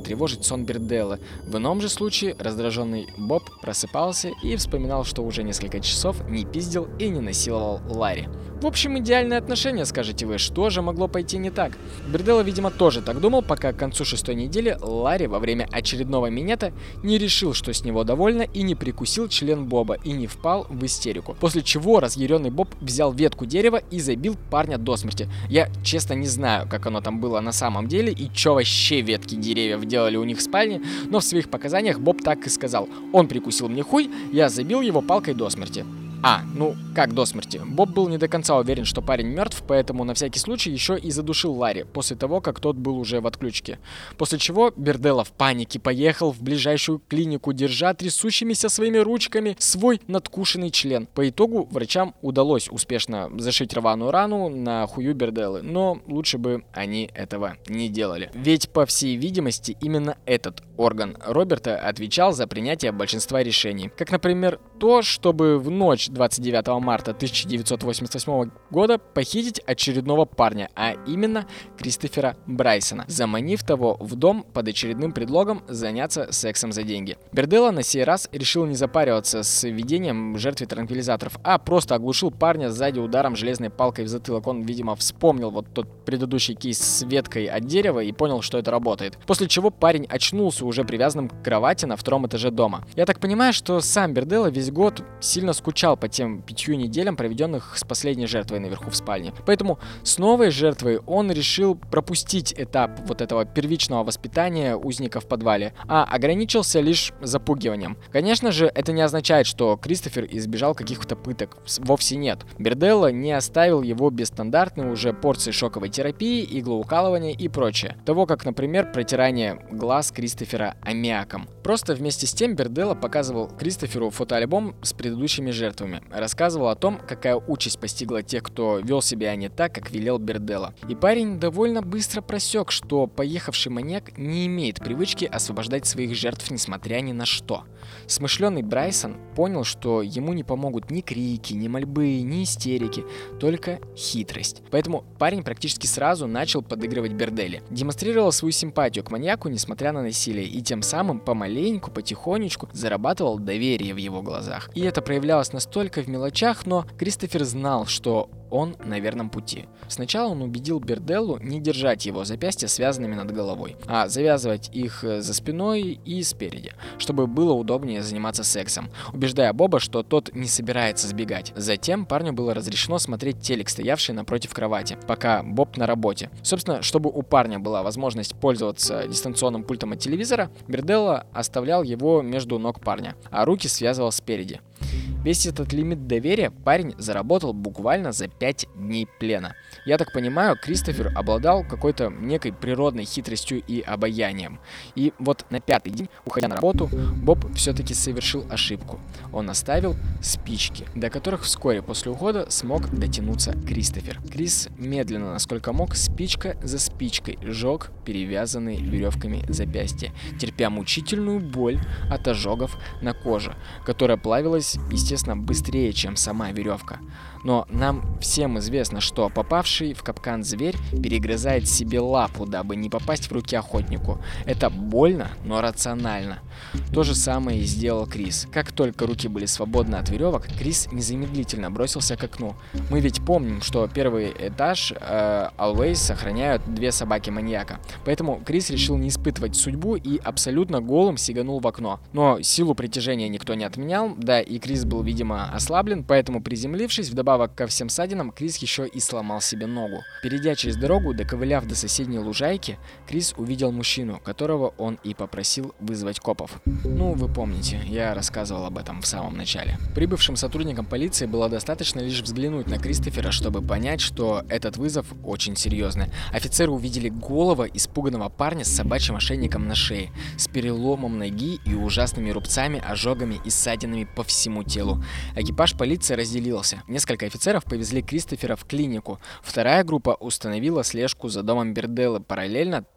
потревожить сон Берделлы. В ином же случае раздраженный Боб просыпался и вспоминал, что уже несколько часов не пиздил и не насиловал Ларри. В общем, идеальные отношения, скажете вы. Что же могло пойти не так? Берделла, видимо, тоже так думал, пока к концу шестой недели Ларри во время очередного минета не решил, что с него довольно, и не прикусил член Боба, и не впал в истерику. После чего разъяренный Боб взял ветку дерева и забил парня до смерти. Я, честно, не знаю, как оно там было на самом деле, и что вообще ветки деревьев делали у них в спальне, но в своих показаниях Боб так и сказал: он прикусил мне хуй, я забил его палкой до смерти. А, ну, как до смерти? Боб был не до конца уверен, что парень мертв, поэтому на всякий случай еще и задушил Ларри, после того, как тот был уже в отключке. После чего Берделла в панике поехал в ближайшую клинику, держа трясущимися своими ручками свой надкушенный член. По итогу врачам удалось успешно зашить рваную рану на хую Берделлы, но лучше бы они этого не делали. Ведь, по всей видимости, именно этот орган Роберта отвечал за принятие большинства решений. Как, например, то, чтобы в ночь двадцать девятого марта тысяча девятьсот восемьдесят восьмого года похитить очередного парня, а именно Кристофера Брайсона, заманив того в дом под очередным предлогом заняться сексом за деньги. Берделла на сей раз решил не запариваться с ведением жертвы транквилизаторов, а просто оглушил парня сзади ударом железной палкой в затылок. Он, видимо, вспомнил вот тот предыдущий кейс с веткой от дерева и понял, что это работает. После чего парень очнулся уже привязанным к кровати на втором этаже дома. Я так понимаю, что сам Берделла весь год сильно скучал по тем пятью неделям, проведенных с последней жертвой наверху в спальне. Поэтому с новой жертвой он решил пропустить этап вот этого первичного воспитания узника в подвале, а ограничился лишь запугиванием. Конечно же, это не означает, что Кристофер избежал каких-то пыток. Вовсе нет. Берделла не оставил его без стандартной уже порции шоковой терапии, иглоукалывания и прочее. Того, как, например, протирание глаз Кристофера аммиаком. Просто вместе с тем Берделла показывал Кристоферу фотоальбом с предыдущими жертвами. Рассказывал о том, какая участь постигла тех, кто вел себя не так, как велел Берделла. И парень довольно быстро просек, что поехавший маньяк не имеет привычки освобождать своих жертв несмотря ни на что. Смышленый Брайсон понял, что ему не помогут ни крики, ни мольбы, ни истерики, только хитрость. Поэтому парень практически сразу начал подыгрывать Берделле. Демонстрировал свою симпатию к маньяку, несмотря на насилие, и тем самым помаленьку, потихонечку зарабатывал доверие в его глазах. И это проявлялось настолько в мелочах, но Кристофер знал, что он на верном пути. Сначала он убедил Берделлу не держать его запястья связанными над головой, а завязывать их за спиной и спереди, чтобы было удобнее заниматься сексом, убеждая Боба, что тот не собирается сбегать. Затем парню было разрешено смотреть телек, стоявший напротив кровати, пока Боб на работе. Собственно, чтобы у парня была возможность пользоваться дистанционным пультом от телевизора, Берделла оставлял его между ног парня, а руки связывал спереди. Весь этот лимит доверия парень заработал буквально за пять дней плена. Я так понимаю, Кристофер обладал какой-то некой природной хитростью и обаянием. И вот на пятый день, уходя на работу, Боб все-таки совершил ошибку. Он оставил спички, до которых вскоре после ухода смог дотянуться Кристофер. Крис медленно, насколько мог, спичка за спичкой жег перевязанные веревками запястья, терпя мучительную боль от ожогов на коже, которая плавилась, естественно, быстрее, чем сама веревка. Но нам всем известно, что попавший в капкан зверь перегрызает себе лапу, дабы не попасть в руки охотнику. Это больно, но рационально. То же самое и сделал Крис. Как только руки были свободны от веревок, Крис незамедлительно бросился к окну. Мы ведь помним, что первый этаж э, Always сохраняют две собаки маньяка. Поэтому Крис решил не испытывать судьбу и абсолютно голым сиганул в окно. Но силу притяжения никто не отменял, да и Крис был, видимо, ослаблен, поэтому, приземлившись, вдобавок ко всем ссадинам, Крис еще и сломал себе ногу. Перейдя через дорогу, доковыляв до соседней лужайки, Крис увидел мужчину, которого он и попросил вызвать копов. Ну, вы помните, я рассказывал об этом в самом начале. Прибывшим сотрудникам полиции было достаточно лишь взглянуть на Кристофера, чтобы понять, что этот вызов очень серьезный. Офицеры увидели голого, испуганного парня с собачьим ошейником на шее, с переломом ноги и ужасными рубцами, ожогами и ссадинами по всему телу. Экипаж полиции разделился. Несколько офицеров повезли Кристофера в клинику. Вторая группа установила слежку за домом Берделлы. Параллельно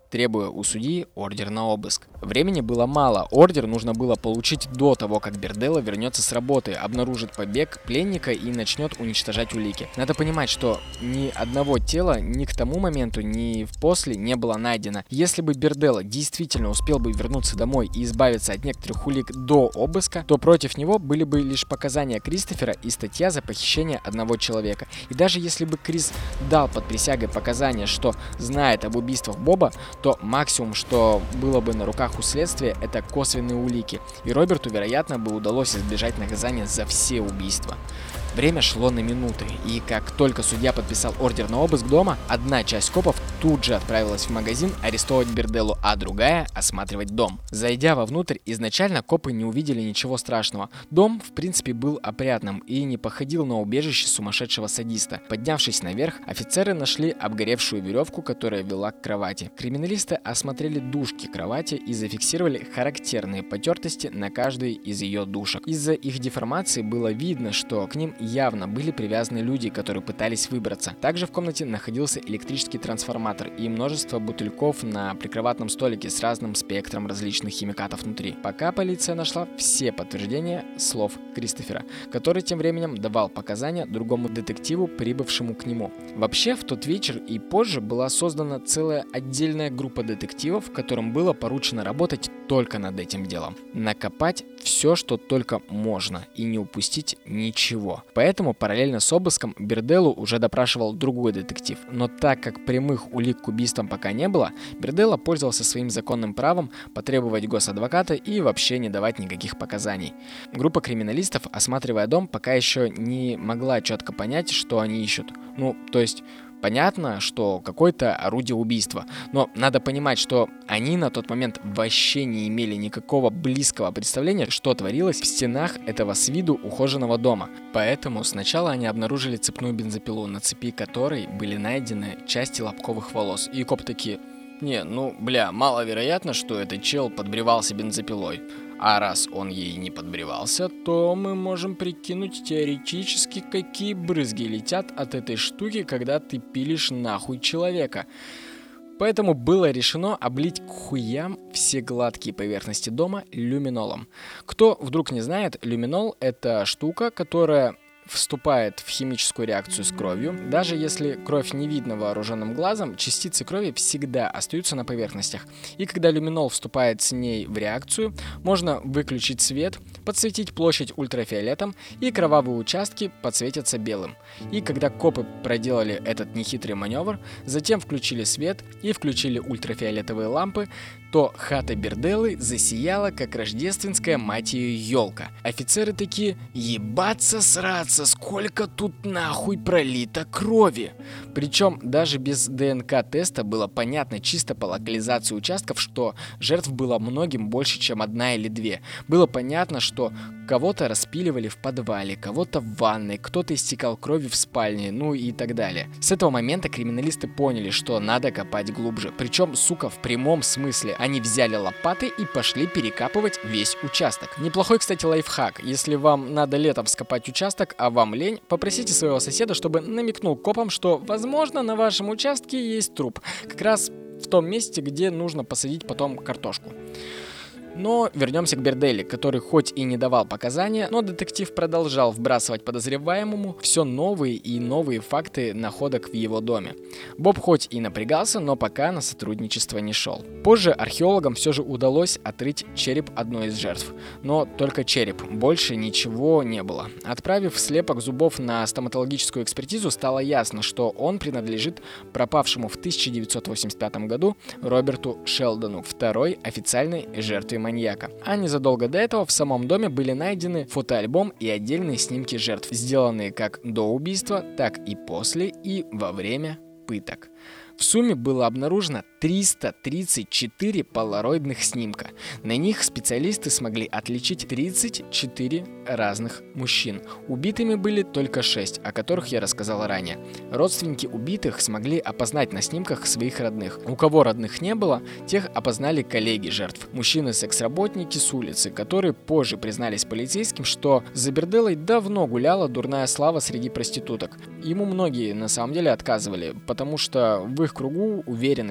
требуя у судьи ордер на обыск. Времени было мало, ордер нужно было получить до того, как Берделло вернется с работы, обнаружит побег пленника и начнет уничтожать улики. Надо понимать, что ни одного тела ни к тому моменту, ни после не было найдено. Если бы Берделло действительно успел бы вернуться домой и избавиться от некоторых улик до обыска, то против него были бы лишь показания Кристофера и статья за похищение одного человека. И даже если бы Крис дал под присягой показания, что знает об убийствах Боба, то максимум, что было бы на руках у следствия, это косвенные улики, и Роберту, вероятно, бы удалось избежать наказания за все убийства. Время шло на минуты, и как только судья подписал ордер на обыск дома, одна часть копов тут же отправилась в магазин арестовывать Берделлу, а другая — осматривать дом. Зайдя вовнутрь, изначально копы не увидели ничего страшного. Дом, в принципе, был опрятным и не походил на убежище сумасшедшего садиста. Поднявшись наверх, офицеры нашли обгоревшую веревку, которая вела к кровати. Криминалисты осмотрели дужки кровати и зафиксировали характерные потертости на каждой из ее дужек. Из-за их деформации было видно, что к ним явно были привязаны люди, которые пытались выбраться. Также в комнате находился электрический трансформатор и множество бутыльков на прикроватном столике с разным спектром различных химикатов внутри. Пока полиция нашла все подтверждения слов Кристофера, который тем временем давал показания другому детективу, прибывшему к нему. Вообще, в тот вечер и позже была создана целая отдельная группа детективов, которым было поручено работать только над этим делом. Накопать все, что только можно, и не упустить ничего. Поэтому параллельно с обыском Берделлу уже допрашивал другой детектив. Но так как прямых улик к убийствам пока не было, Берделло пользовался своим законным правом потребовать госадвоката и вообще не давать никаких показаний. Группа криминалистов, осматривая дом, пока еще не могла четко понять, что они ищут. Ну, то есть... Понятно, что какое-то орудие убийства, но надо понимать, что они на тот момент вообще не имели никакого близкого представления, что творилось в стенах этого с виду ухоженного дома. Поэтому сначала они обнаружили цепную бензопилу, на цепи которой были найдены части лобковых волос. И коп такие: «Не, ну, бля, маловероятно, что этот чел подбривался бензопилой. А раз он ей не подбривался, то мы можем прикинуть теоретически, какие брызги летят от этой штуки, когда ты пилишь нахуй человека». Поэтому было решено облить к хуям все гладкие поверхности дома люминолом. Кто вдруг не знает, люминол — это штука, которая вступает в химическую реакцию с кровью. Даже если кровь не видно вооруженным глазом, частицы крови всегда остаются на поверхностях. И когда люминол вступает с ней в реакцию, можно выключить свет, подсветить площадь ультрафиолетом, и кровавые участки подсветятся белым. И когда копы проделали этот нехитрый маневр, затем включили свет и включили ультрафиолетовые лампы, то хата Берделлы засияла, как рождественская, мать ее, елка. Офицеры такие: «Ебаться сраться, сколько тут нахуй пролито крови!» Причем даже без ДНК-теста было понятно чисто по локализации участков, что жертв было многим больше, чем одна или две. Было понятно, что кого-то распиливали в подвале, кого-то в ванной, кто-то истекал кровью в спальне, ну и так далее. С этого момента криминалисты поняли, что надо копать глубже. Причем, сука, в прямом смысле. Они взяли лопаты и пошли перекапывать весь участок. Неплохой, кстати, лайфхак. Если вам надо летом вскопать участок, а вам лень, попросите своего соседа, чтобы намекнул копам, что, возможно, на вашем участке есть труп. Как раз в том месте, где нужно посадить потом картошку. Но вернемся к Берделле, который хоть и не давал показания, но детектив продолжал вбрасывать подозреваемому все новые и новые факты находок в его доме. Боб хоть и напрягался, но пока на сотрудничество не шел. Позже археологам все же удалось отрыть череп одной из жертв. Но только череп, больше ничего не было. Отправив слепок зубов на стоматологическую экспертизу, стало ясно, что он принадлежит пропавшему в тысяча девятьсот восемьдесят пятом году Роберту Шелдону, второй официальной жертве маньяка. А незадолго до этого в самом доме были найдены фотоальбом и отдельные снимки жертв, сделанные как до убийства, так и после и во время пыток. В сумме было обнаружено триста тридцать четыре полароидных снимка. На них специалисты смогли отличить тридцать четыре разных мужчин. Убитыми были только шесть, о которых я рассказал ранее. Родственники убитых смогли опознать на снимках своих родных. У кого родных не было, тех опознали коллеги жертв. Мужчины-секс-работники с улицы, которые позже признались полицейским, что за Берделлой давно гуляла дурная слава среди проституток. Ему многие на самом деле отказывали, потому что в их кругу уверенно считали,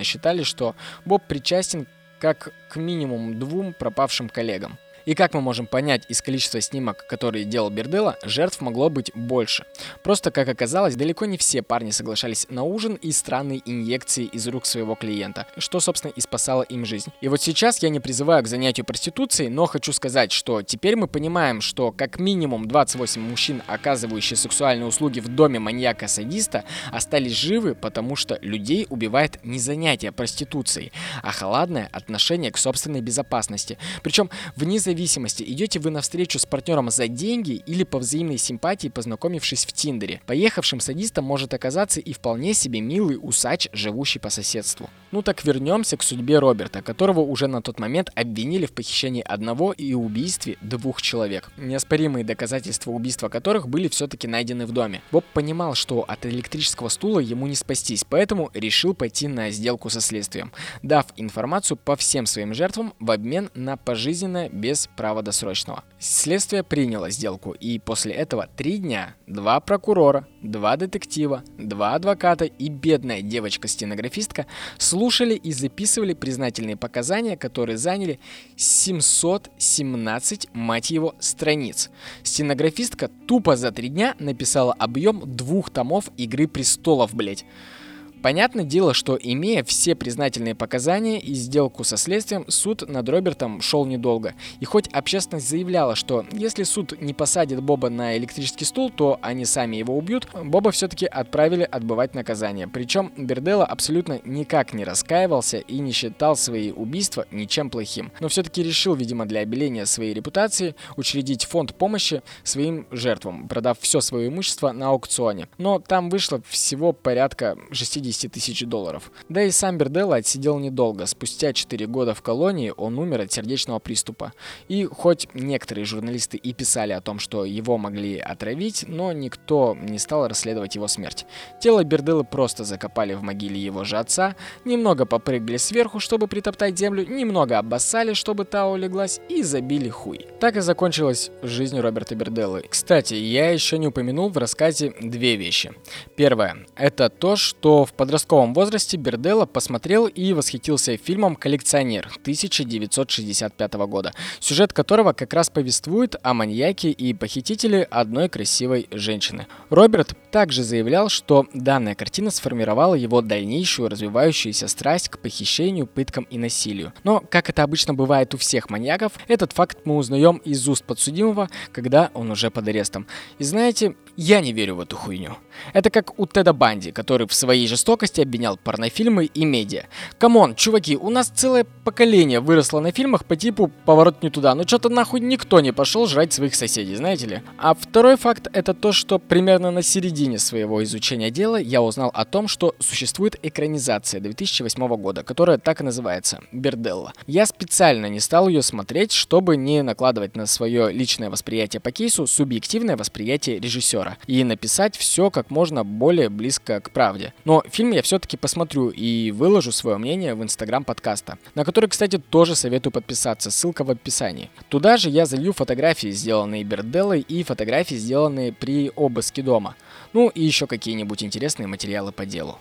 что Боб причастен как к минимум двум пропавшим коллегам. И как мы можем понять из количества снимок, которые делал Берделло, жертв могло быть больше. Просто, как оказалось, далеко не все парни соглашались на ужин и странные инъекции из рук своего клиента, что, собственно, и спасало им жизнь. И вот сейчас я не призываю к занятию проституцией, но хочу сказать, что теперь мы понимаем, что как минимум двадцать восемь мужчин, оказывающие сексуальные услуги в доме маньяка-садиста, остались живы, потому что людей убивает не занятие проституцией, а халатное отношение к собственной безопасности. Причем вне зависимости зависимости, идете вы на встречу с партнером за деньги или по взаимной симпатии, познакомившись в Тиндере. Поехавшим садистом может оказаться и вполне себе милый усач, живущий по соседству. Ну так вернемся к судьбе Роберта, которого уже на тот момент обвинили в похищении одного и убийстве двух человек. Неоспоримые доказательства убийства которых были все-таки найдены в доме. Боб понимал, что от электрического стула ему не спастись, поэтому решил пойти на сделку со следствием, дав информацию по всем своим жертвам в обмен на пожизненное без права досрочного. Следствие приняло сделку, и после этого три дня два прокурора, два детектива, два адвоката и бедная девочка-стенографистка слушали и записывали признательные показания, которые заняли семьсот семнадцать, мать его, страниц. Стенографистка тупо за три дня написала объем двух томов «Игры престолов», блять. Понятное дело, что, имея все признательные показания и сделку со следствием, суд над Робертом шел недолго. И хоть общественность заявляла, что если суд не посадит Боба на электрический стул, то они сами его убьют, Боба все-таки отправили отбывать наказание. Причем Берделло абсолютно никак не раскаивался и не считал свои убийства ничем плохим. Но все-таки решил, видимо, для обеления своей репутации учредить фонд помощи своим жертвам, продав все свое имущество на аукционе. Но там вышло всего порядка шестьдесят тысяч долларов. Да и сам Берделло отсидел недолго. Спустя четыре года в колонии он умер от сердечного приступа. И хоть некоторые журналисты и писали о том, что его могли отравить, но никто не стал расследовать его смерть. Тело Берделло просто закопали в могиле его же отца, немного попрыгали сверху, чтобы притоптать землю, немного обоссали, чтобы та улеглась, и забили хуй. Так и закончилась жизнь Роберта Берделло. Кстати, я еще не упомянул в рассказе две вещи. Первое — это то, что в В подростковом возрасте Берделло посмотрел и восхитился фильмом «Коллекционер» тысяча девятьсот шестьдесят пятого года, сюжет которого как раз повествует о маньяке и похитителе одной красивой женщины. Роберт также заявлял, что данная картина сформировала его дальнейшую развивающуюся страсть к похищению, пыткам и насилию. Но, как это обычно бывает у всех маньяков, этот факт мы узнаем из уст подсудимого, когда он уже под арестом. И знаете, я не верю в эту хуйню. Это как у Теда Банди, который в своей жестокости обвинял порнофильмы и медиа. Камон, чуваки, у нас целое поколение выросло на фильмах по типу «Поворот не туда», но что-то нахуй никто не пошел жрать своих соседей, знаете ли. А второй факт — это то, что примерно на середине своего изучения дела я узнал о том, что существует экранизация две тысячи восьмого года, которая так и называется — «Берделло». Я специально не стал ее смотреть, чтобы не накладывать на свое личное восприятие по кейсу субъективное восприятие режиссера и написать все как можно более близко к правде. Но фильм я все-таки посмотрю и выложу свое мнение в инстаграм подкаста, на который, кстати, тоже советую подписаться, ссылка в описании. Туда же я залью фотографии, сделанные Берделлой, и фотографии, сделанные при обыске дома. Ну и еще какие-нибудь интересные материалы по делу.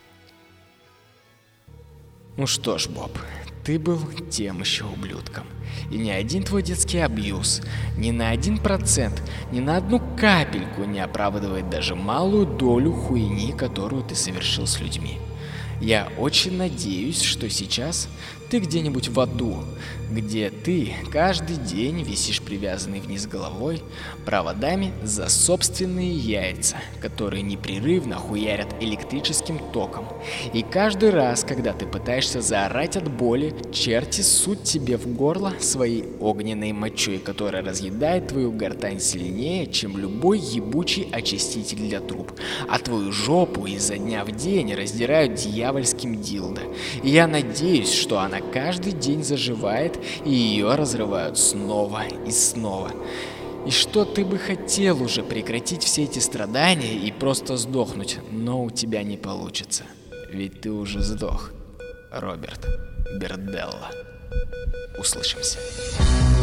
Ну что ж, Боб, ты был тем еще ублюдком. И ни один твой детский абьюз, ни на один процент, ни на одну капельку не оправдывает даже малую долю хуйни, которую ты совершил с людьми. Я очень надеюсь, что сейчас ты где-нибудь в аду, где ты каждый день висишь привязанный вниз головой проводами за собственные яйца, которые непрерывно хуярят электрическим током. И каждый раз, когда ты пытаешься заорать от боли, черти ссут тебе в горло своей огненной мочой, которая разъедает твою гортань сильнее, чем любой ебучий очиститель для труб. А твою жопу изо дня в день раздирают дьявольским дилдо. И я надеюсь, что она каждый день заживает, и ее разрывают снова и снова. И что ты бы хотел уже прекратить все эти страдания и просто сдохнуть, но у тебя не получится. Ведь ты уже сдох, Роберт Берделло. Услышимся.